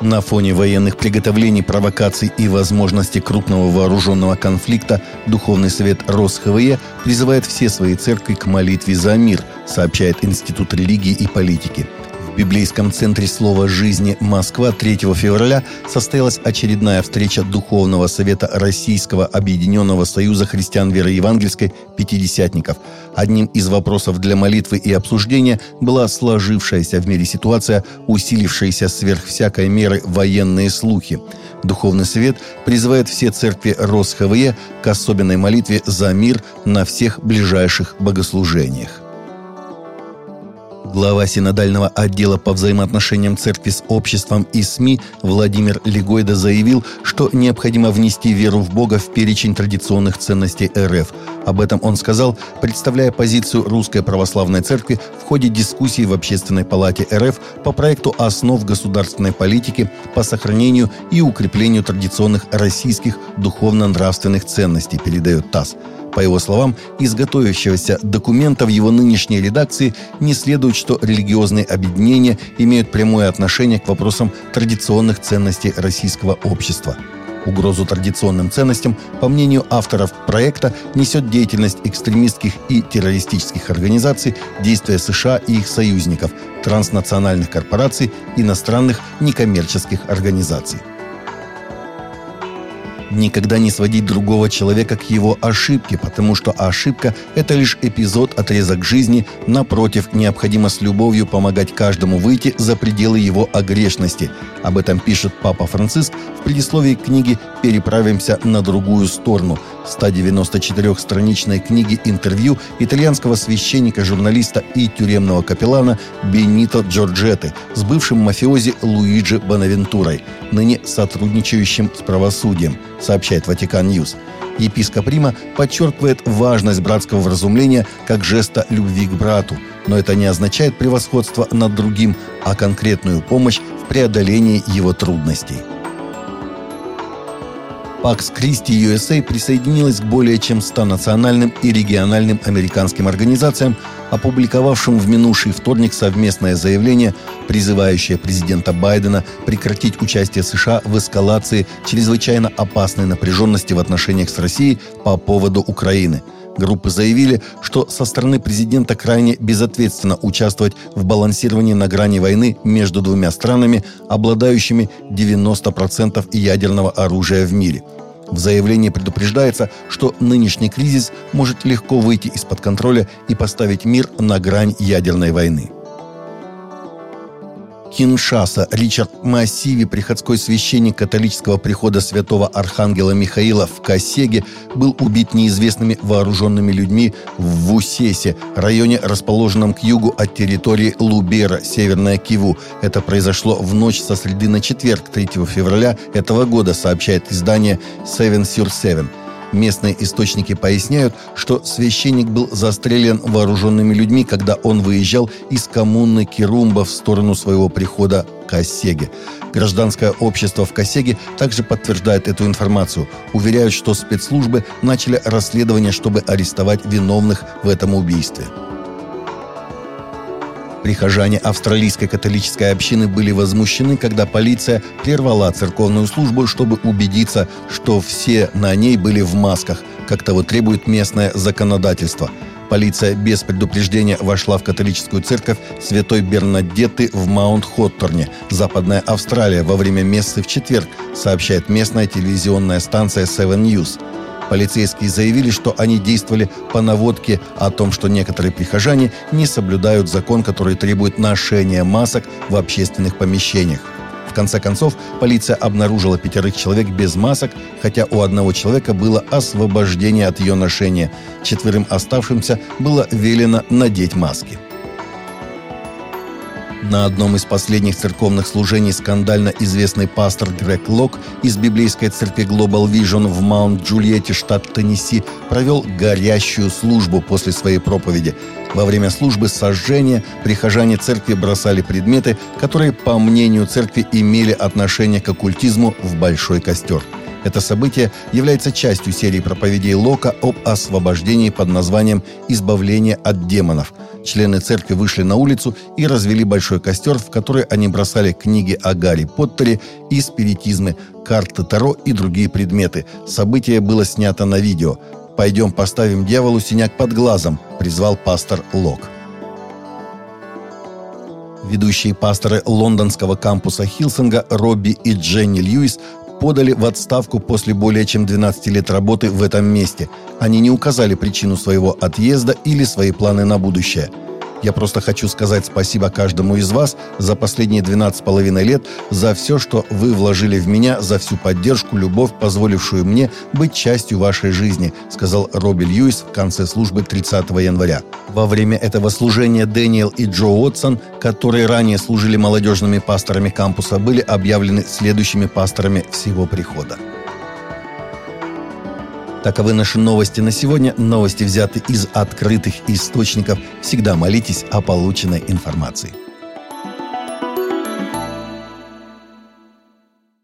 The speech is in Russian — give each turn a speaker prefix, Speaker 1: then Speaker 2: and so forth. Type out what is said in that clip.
Speaker 1: На фоне военных приготовлений, провокаций и возможности крупного вооруженного конфликта Духовный совет РосХВЕ призывает все свои церкви к молитве за мир, сообщает Институт религии и политики. В Библейском центре слова жизни «Москва» 3 февраля состоялась очередная встреча Духовного совета Российского объединенного союза христиан веры евангельской «Пятидесятников». Одним из вопросов для молитвы и обсуждения была сложившаяся в мире ситуация, усилившаяся сверх всякой меры военные слухи. Духовный совет призывает все церкви РосХВЕ к особенной молитве за мир на всех ближайших богослужениях. Глава синодального отдела по взаимоотношениям церкви с обществом и СМИ Владимир Легойда заявил, что необходимо внести веру в Бога в перечень традиционных ценностей РФ. Об этом он сказал, представляя позицию Русской Православной Церкви в ходе дискуссии в Общественной палате РФ по проекту основ государственной политики по сохранению и укреплению традиционных российских духовно-нравственных ценностей, передает ТАСС. По его словам, из готовящегося документа в его нынешней редакции не следует, что религиозные объединения имеют прямое отношение к вопросам традиционных ценностей российского общества. Угрозу традиционным ценностям, по мнению авторов проекта, несет деятельность экстремистских и террористических организаций, действия США и их союзников, транснациональных корпораций, иностранных некоммерческих организаций. Никогда не сводить другого человека к его ошибке, потому что ошибка – это лишь эпизод, отрезок жизни. Напротив, необходимо с любовью помогать каждому выйти за пределы его огрешности. Об этом пишет Папа Франциск в предисловии к книге «Переправимся на другую сторону» 194-страничной книги интервью итальянского священника, журналиста и тюремного капеллана Бенито Джорджетти с бывшим мафиози Луиджи Бонавентурой, ныне сотрудничающим с правосудием, сообщает Ватикан Ньюс. Епископ Рима подчеркивает важность братского вразумления как жеста любви к брату, но это не означает превосходство над другим, а конкретную помощь в преодолении его трудностей. Pax Christi USA присоединилась к более чем 100 национальным и региональным американским организациям, опубликовавшим в минувший вторник совместное заявление, призывающее президента Байдена прекратить участие США в эскалации чрезвычайно опасной напряженности в отношениях с Россией по поводу Украины. Группы заявили, что со стороны президента крайне безответственно участвовать в балансировании на грани войны между двумя странами, обладающими 90% ядерного оружия в мире. В заявлении предупреждается, что нынешний кризис может легко выйти из-под контроля и поставить мир на грань ядерной войны. Киншаса. Ричард Массиви, приходской священник католического прихода святого архангела Михаила в Касеге, был убит неизвестными вооруженными людьми в Вусесе, районе, расположенном к югу от территории Лубера, Северная Киву. Это произошло в ночь со среды на четверг, 3 февраля этого года, сообщает издание Seven sur Seven. Местные источники поясняют, что священник был застрелен вооруженными людьми, когда он выезжал из коммуны Кирумба в сторону своего прихода к Касеге. Гражданское общество в Касеге также подтверждает эту информацию. Уверяют, что спецслужбы начали расследование, чтобы арестовать виновных в этом убийстве. Прихожане австралийской католической общины были возмущены, когда полиция прервала церковную службу, чтобы убедиться, что все на ней были в масках, как того требует местное законодательство. Полиция без предупреждения вошла в католическую церковь Святой Бернадетты в Маунт-Хотторне, Западная Австралия, во время мессы в четверг, сообщает местная телевизионная станция Seven News. Полицейские заявили, что они действовали по наводке о том, что некоторые прихожане не соблюдают закон, который требует ношения масок в общественных помещениях. В конце концов, полиция обнаружила 5 человек без масок, хотя у одного человека было освобождение от ее ношения. 4 оставшимся было велено надеть маски. На одном из последних церковных служений скандально известный пастор Грег Лок из библейской церкви Global Vision в Маунт-Джульетте, штат Теннесси, провел горящую службу после своей проповеди. Во время службы сожжения прихожане церкви бросали предметы, которые, по мнению церкви, имели отношение к оккультизму, в большой костер. Это событие является частью серии проповедей Лока об освобождении под названием «Избавление от демонов». Члены церкви вышли на улицу и развели большой костер, в который они бросали книги о Гарри Поттере и спиритизме, карты Таро и другие предметы. Событие было снято на видео. «Пойдем поставим дьяволу синяк под глазом», – призвал пастор Лок. Ведущие пасторы лондонского кампуса Хилсонга Робби и Дженни Льюис подали в отставку после более чем 12 лет работы в этом месте. Они не указали причину своего отъезда или свои планы на будущее. «Я просто хочу сказать спасибо каждому из вас за последние 12,5 лет, за все, что вы вложили в меня, за всю поддержку, любовь, позволившую мне быть частью вашей жизни», сказал Робби Льюис в конце службы 30 января. Во время этого служения Дэниел и Джо Уотсон, которые ранее служили молодежными пасторами кампуса, были объявлены следующими пасторами всего прихода. Таковы наши новости на сегодня. Новости взяты из открытых источников. Всегда молитесь о полученной информации.